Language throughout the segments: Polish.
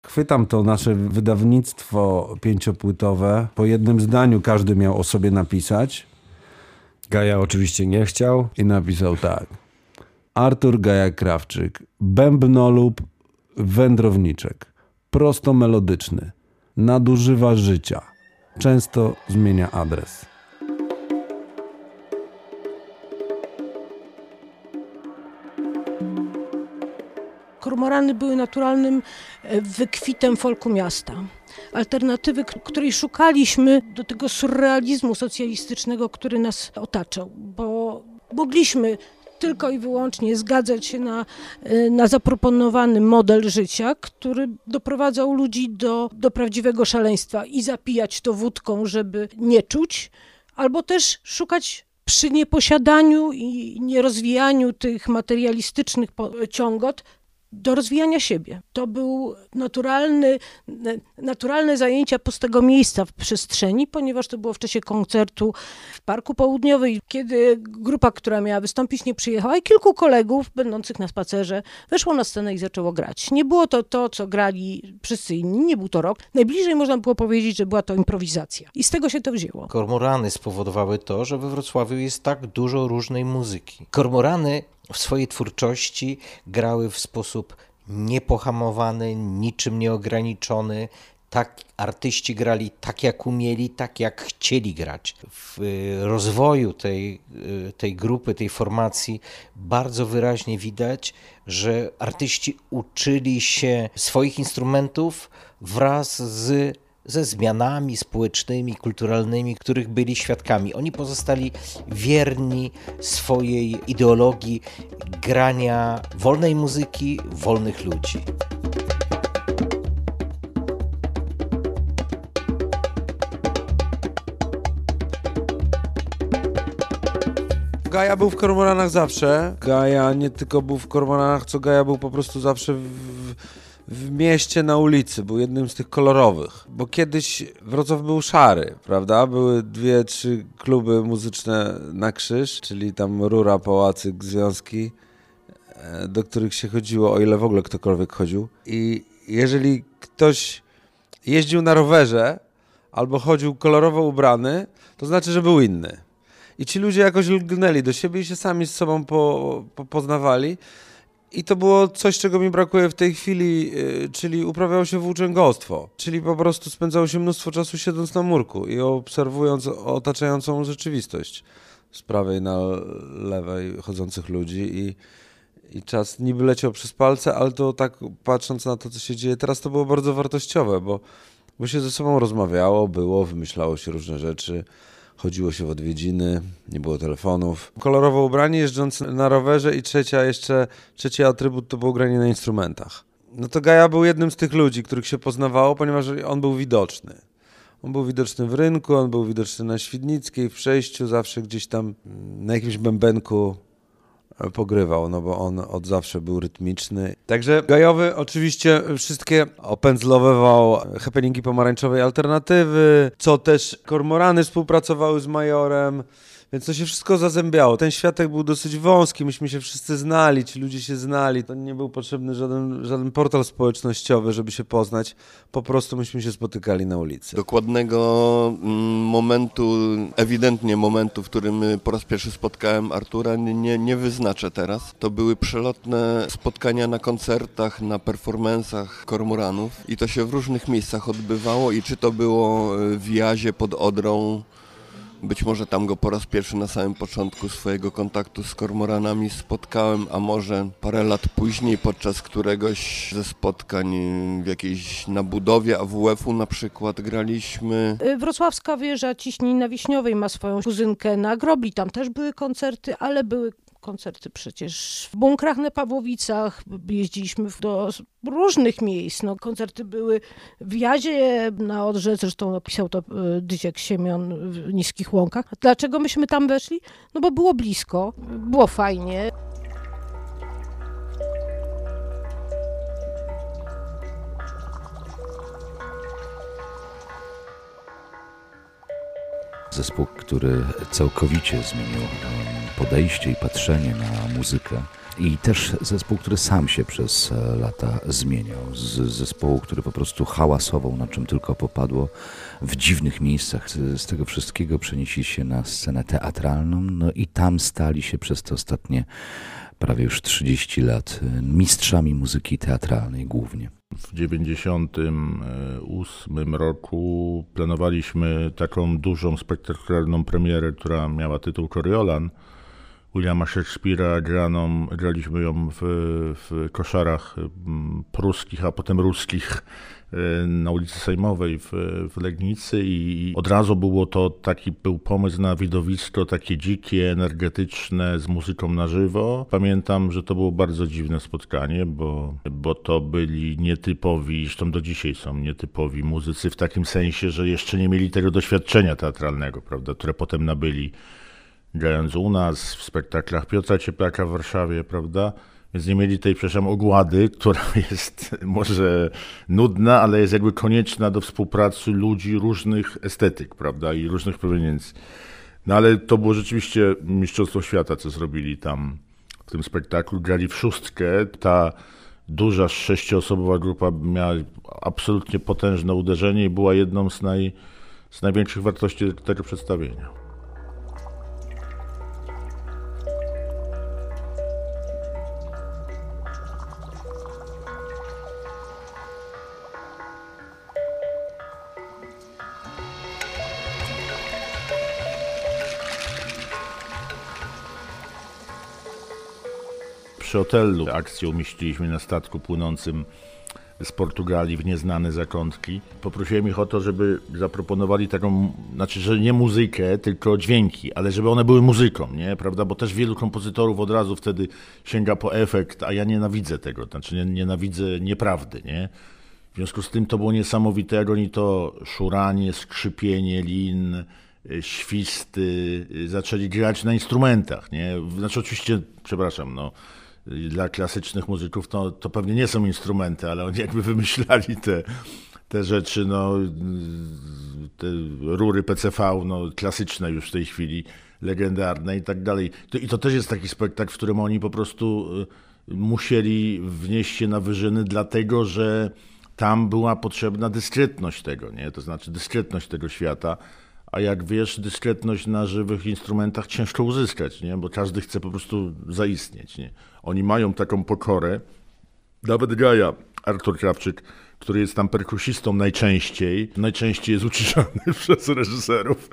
Chwytam to nasze wydawnictwo 5-płytowe. Po jednym zdaniu każdy miał o sobie napisać. Gaja oczywiście nie chciał. I napisał tak. Artur Gaja-Krawczyk, bębnolub, wędrowniczek, prosto melodyczny, nadużywa życia, często zmienia adres. Kormorany były naturalnym wykwitem folku miasta. Alternatywy, której szukaliśmy do tego surrealizmu socjalistycznego, który nas otaczał, bo mogliśmy tylko i wyłącznie zgadzać się na zaproponowany model życia, który doprowadzał ludzi do prawdziwego szaleństwa i zapijać to wódką, żeby nie czuć, albo też szukać przy nieposiadaniu i nierozwijaniu tych materialistycznych ciągot do rozwijania siebie. To był naturalne zajęcia pustego miejsca w przestrzeni, ponieważ to było w czasie koncertu w Parku Południowym, kiedy grupa, która miała wystąpić, nie przyjechała i kilku kolegów będących na spacerze weszło na scenę i zaczęło grać. Nie było to, co grali wszyscy inni, nie był to rock. Najbliżej można było powiedzieć, że była to improwizacja. I z tego się to wzięło. Kormorany spowodowały to, że we Wrocławiu jest tak dużo różnej muzyki. Kormorany w swojej twórczości grały w sposób niepohamowany, niczym nieograniczony. Tak artyści grali tak, jak umieli, tak, jak chcieli grać. W rozwoju tej grupy, tej formacji bardzo wyraźnie widać, że artyści uczyli się swoich instrumentów wraz ze zmianami społecznymi, kulturalnymi, których byli świadkami. Oni pozostali wierni swojej ideologii grania wolnej muzyki, wolnych ludzi. Gaja był w Kormoranach zawsze. Gaja nie tylko był w Kormoranach, co Gaja był po prostu zawsze w mieście, na ulicy, był jednym z tych kolorowych, bo kiedyś Wrocław był szary, prawda? Były 2-3 kluby muzyczne na krzyż, czyli tam Rura, Pałacyk, Związki, do których się chodziło, o ile w ogóle ktokolwiek chodził. I jeżeli ktoś jeździł na rowerze albo chodził kolorowo ubrany, to znaczy, że był inny. I ci ludzie jakoś lgnęli do siebie i się sami z sobą poznawali. I to było coś, czego mi brakuje w tej chwili, czyli uprawiało się włóczęgostwo. Czyli po prostu spędzało się mnóstwo czasu siedząc na murku i obserwując otaczającą rzeczywistość z prawej na lewej chodzących ludzi i czas niby leciał przez palce, ale to tak patrząc na to, co się dzieje teraz, to było bardzo wartościowe, bo się ze sobą rozmawiało, wymyślało się różne rzeczy. Chodziło się w odwiedziny, nie było telefonów. Kolorowo ubrani, jeżdżąc na rowerze i trzeci atrybut to było granie na instrumentach. No to Gaja był jednym z tych ludzi, których się poznawało, ponieważ on był widoczny. On był widoczny w rynku, on był widoczny na Świdnickiej, w przejściu, zawsze gdzieś tam na jakimś bębenku pogrywał, no bo on od zawsze był rytmiczny. Także Gajowy oczywiście wszystkie opędzlowywał happeningi pomarańczowej alternatywy, co też Kormorany współpracowały z Majorem, więc to się wszystko zazębiało. Ten światek był dosyć wąski, myśmy się wszyscy znali, ci ludzie się znali, to nie był potrzebny żaden portal społecznościowy, żeby się poznać, po prostu myśmy się spotykali na ulicy. Dokładnego momentu, ewidentnie momentu, w którym po raz pierwszy spotkałem Artura, nie wyznaczę teraz. To były przelotne spotkania na koncertach, na performansach Kormoranów i to się w różnych miejscach odbywało i czy to było w Jazie pod Odrą, być może tam go po raz pierwszy na samym początku swojego kontaktu z Kormoranami spotkałem, a może parę lat później podczas któregoś ze spotkań w jakiejś na budowie AWF-u na przykład graliśmy. Wrocławska wieża Ciśnina Wiśniowej ma swoją kuzynkę na Grobli, tam też były koncerty, ale były koncerty przecież w bunkrach na Pawłowicach, jeździliśmy do różnych miejsc. No, koncerty były w Jazie, na Odrze, zresztą napisał to Dyziek Siemion w Niskich Łąkach. Dlaczego myśmy tam weszli? No bo było blisko, było fajnie. Zespół, który całkowicie zmienił podejście i patrzenie na muzykę. I też zespół, który sam się przez lata zmieniał. Z zespołu, który po prostu hałasował, na czym tylko popadło, w dziwnych miejscach. Z tego wszystkiego przenieśli się na scenę teatralną, no i tam stali się przez te ostatnie prawie już 30 lat mistrzami muzyki teatralnej głównie. W 1998 roku planowaliśmy taką dużą, spektakularną premierę, która miała tytuł Coriolan. Williama Shakespeare'a graliśmy ją w koszarach pruskich, a potem ruskich na ulicy Sejmowej w Legnicy i od razu był pomysł na widowisko takie dzikie, energetyczne, z muzyką na żywo. Pamiętam, że to było bardzo dziwne spotkanie, bo to byli nietypowi, zresztą do dzisiaj są nietypowi muzycy w takim sensie, że jeszcze nie mieli tego doświadczenia teatralnego, prawda, które potem nabyli grając u nas w spektaklach Piotra Cieplaka w Warszawie, prawda? Więc nie mieli tej, ogłady, która jest może nudna, ale jest jakby konieczna do współpracy ludzi różnych estetyk, prawda? I różnych proweniencji. No ale to było rzeczywiście mistrzostwo świata, co zrobili tam w tym spektaklu. Grali w szóstkę. Ta duża 6-osobowa grupa miała absolutnie potężne uderzenie i była jedną z największych wartości tego przedstawienia. Przy Otellu akcję umieściliśmy na statku płynącym z Portugalii w nieznane zakątki. Poprosiłem ich o to, żeby zaproponowali taką, że nie muzykę, tylko dźwięki, ale żeby one były muzyką, nie? Prawda? Bo też wielu kompozytorów od razu wtedy sięga po efekt, a ja nienawidzę tego, nienawidzę nieprawdy, nie? W związku z tym to było niesamowite, jak oni to szuranie, skrzypienie lin, świsty zaczęli grać na instrumentach, nie? Oczywiście, dla klasycznych muzyków to pewnie nie są instrumenty, ale oni jakby wymyślali te rzeczy, te rury PCV, klasyczne już w tej chwili, legendarne i tak dalej. I to też jest taki spektakl, w którym oni po prostu musieli wnieść się na wyżyny, dlatego że tam była potrzebna dyskretność tego, nie? To znaczy dyskretność tego świata. A jak wiesz, dyskretność na żywych instrumentach ciężko uzyskać, nie? Bo każdy chce po prostu zaistnieć. Nie? Oni mają taką pokorę. Nawet Gaja, Artur Krawczyk, który jest tam perkusistą najczęściej jest uciszany przez reżyserów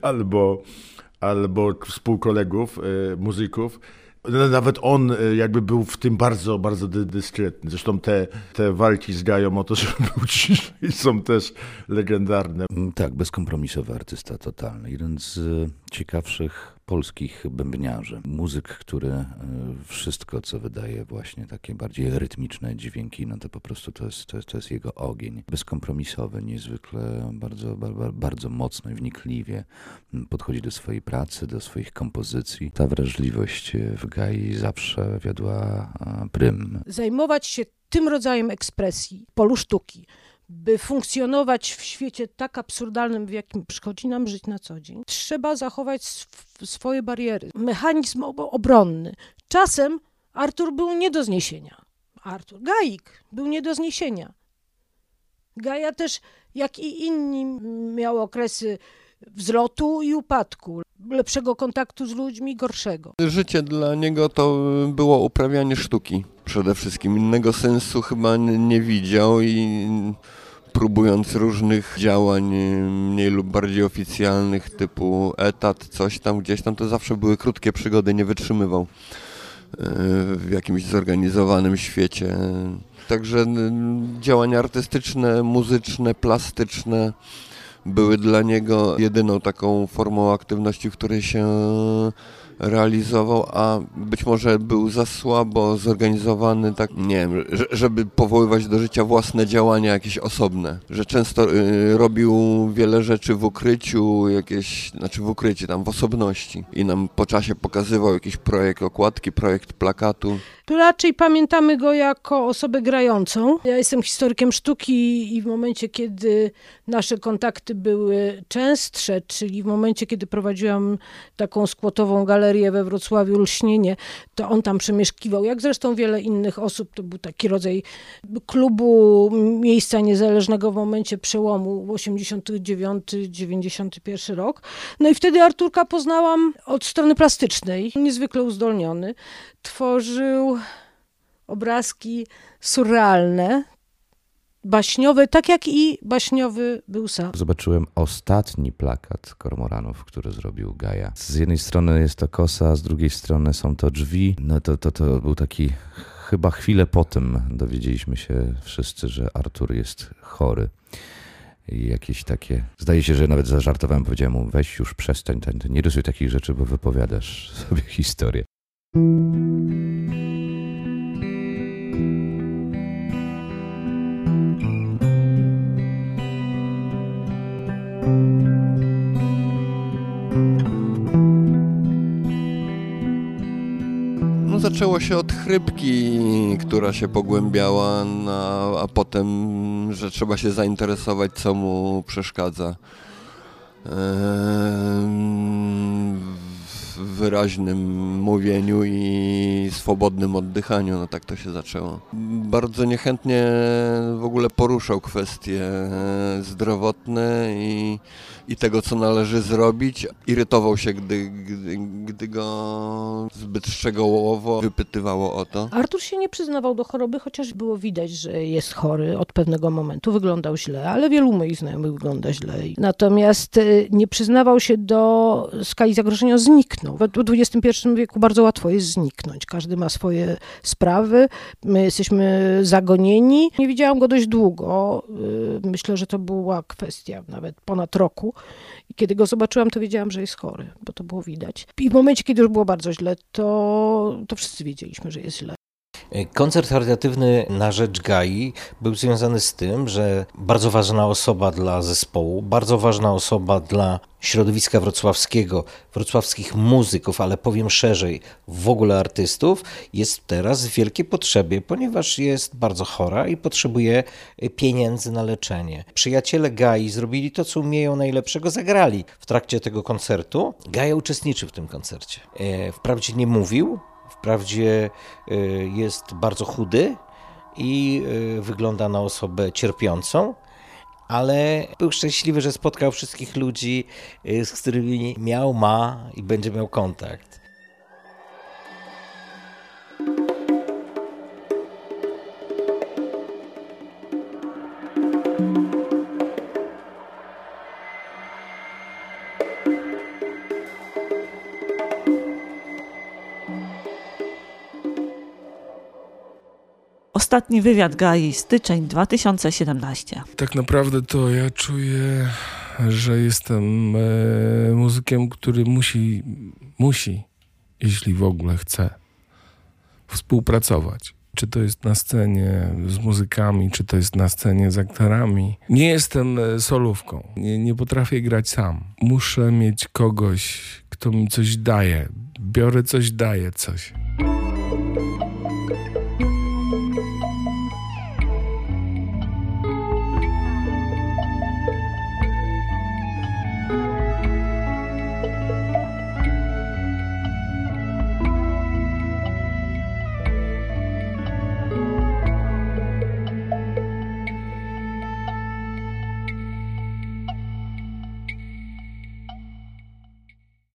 albo współkolegów, muzyków. Nawet on jakby był w tym bardzo, bardzo dyskretny. Zresztą te walki z Gają o to, żeby był ciszej, są też legendarne. Tak, bezkompromisowy artysta totalny. Jeden z ciekawszych polskich bębniarzy. Muzyk, który wszystko, co wydaje właśnie takie bardziej rytmiczne dźwięki, to po prostu to jest jego ogień. Bezkompromisowy, niezwykle bardzo mocno i wnikliwie podchodzi do swojej pracy, do swoich kompozycji. Ta wrażliwość w Gai zawsze wiodła prym. Zajmować się tym rodzajem ekspresji, polu sztuki, by funkcjonować w świecie tak absurdalnym, w jakim przychodzi nam żyć na co dzień, trzeba zachować swoje bariery. Mechanizm obronny. Czasem Artur był nie do zniesienia. Gaik był nie do zniesienia. Gaja też, jak i inni, miał okresy wzlotu i upadku, lepszego kontaktu z ludźmi, gorszego. Życie dla niego to było uprawianie sztuki przede wszystkim. Innego sensu chyba nie widział i próbując różnych działań mniej lub bardziej oficjalnych typu etat, coś tam, gdzieś tam, to zawsze były krótkie przygody, nie wytrzymywał w jakimś zorganizowanym świecie. Także działania artystyczne, muzyczne, plastyczne były dla niego jedyną taką formą aktywności, w której się realizował, a być może był za słabo zorganizowany, tak, nie wiem, żeby powoływać do życia własne działania jakieś osobne, że często robił wiele rzeczy w ukryciu, w osobności i nam po czasie pokazywał jakiś projekt okładki, projekt plakatu. to raczej pamiętamy go jako osobę grającą. Ja jestem historykiem sztuki i w momencie, kiedy nasze kontakty były częstsze, czyli w momencie, kiedy prowadziłam taką skłotową galerię we Wrocławiu, Lśnienie, to on tam przemieszkiwał, jak zresztą wiele innych osób. To był taki rodzaj klubu miejsca niezależnego w momencie przełomu 89-91 rok. No i wtedy Arturka poznałam od strony plastycznej. Niezwykle uzdolniony. Tworzył obrazki surrealne, baśniowe, tak jak i baśniowy był sam. Zobaczyłem ostatni plakat Kormoranów, który zrobił Gaja. Z jednej strony jest to kosa, z drugiej strony są to drzwi. No to był taki... Chyba chwilę po tym dowiedzieliśmy się wszyscy, że Artur jest chory. I jakieś takie... Zdaje się, że nawet zażartowałem, powiedziałem mu, weź już przestań, nie rysuj takich rzeczy, bo wypowiadasz sobie historię. No, zaczęło się od chrypki, która się pogłębiała, a potem, że trzeba się zainteresować, co mu przeszkadza. W wyraźnym mówieniu i swobodnym oddychaniu, no tak to się zaczęło. Bardzo niechętnie w ogóle poruszał kwestie zdrowotne i tego, co należy zrobić. Irytował się, gdy go zbyt szczegółowo wypytywało o to. Artur się nie przyznawał do choroby, chociaż było widać, że jest chory od pewnego momentu. Wyglądał źle, ale wielu moich znajomych wygląda źle. Natomiast nie przyznawał się do skali zagrożenia, zniknął. W XXI wieku bardzo łatwo jest zniknąć. Każdy ma swoje sprawy. My jesteśmy zagonieni. Nie widziałam go dość długo. Myślę, że to była kwestia nawet ponad roku. I kiedy go zobaczyłam, to wiedziałam, że jest chory, bo to było widać. I w momencie, kiedy już było bardzo źle, to wszyscy wiedzieliśmy, że jest źle. Koncert charytatywny na rzecz Gai był związany z tym, że bardzo ważna osoba dla zespołu, bardzo ważna osoba dla środowiska wrocławskiego, wrocławskich muzyków, ale powiem szerzej, w ogóle artystów, jest teraz w wielkiej potrzebie, ponieważ jest bardzo chora i potrzebuje pieniędzy na leczenie. Przyjaciele Gai zrobili to, co umieją najlepszego, zagrali w trakcie tego koncertu. Gaja uczestniczy w tym koncercie. Wprawdzie nie mówił, wprawdzie jest bardzo chudy i wygląda na osobę cierpiącą, ale był szczęśliwy, że spotkał wszystkich ludzi, z którymi ma i będzie miał kontakt. Ostatni wywiad Gai, styczeń 2017. Tak naprawdę to ja czuję, że jestem muzykiem, który musi, jeśli w ogóle chce, współpracować. Czy to jest na scenie z muzykami, czy to jest na scenie z aktorami. Nie jestem solówką, nie potrafię grać sam. Muszę mieć kogoś, kto mi coś daje. Biorę coś, daję coś.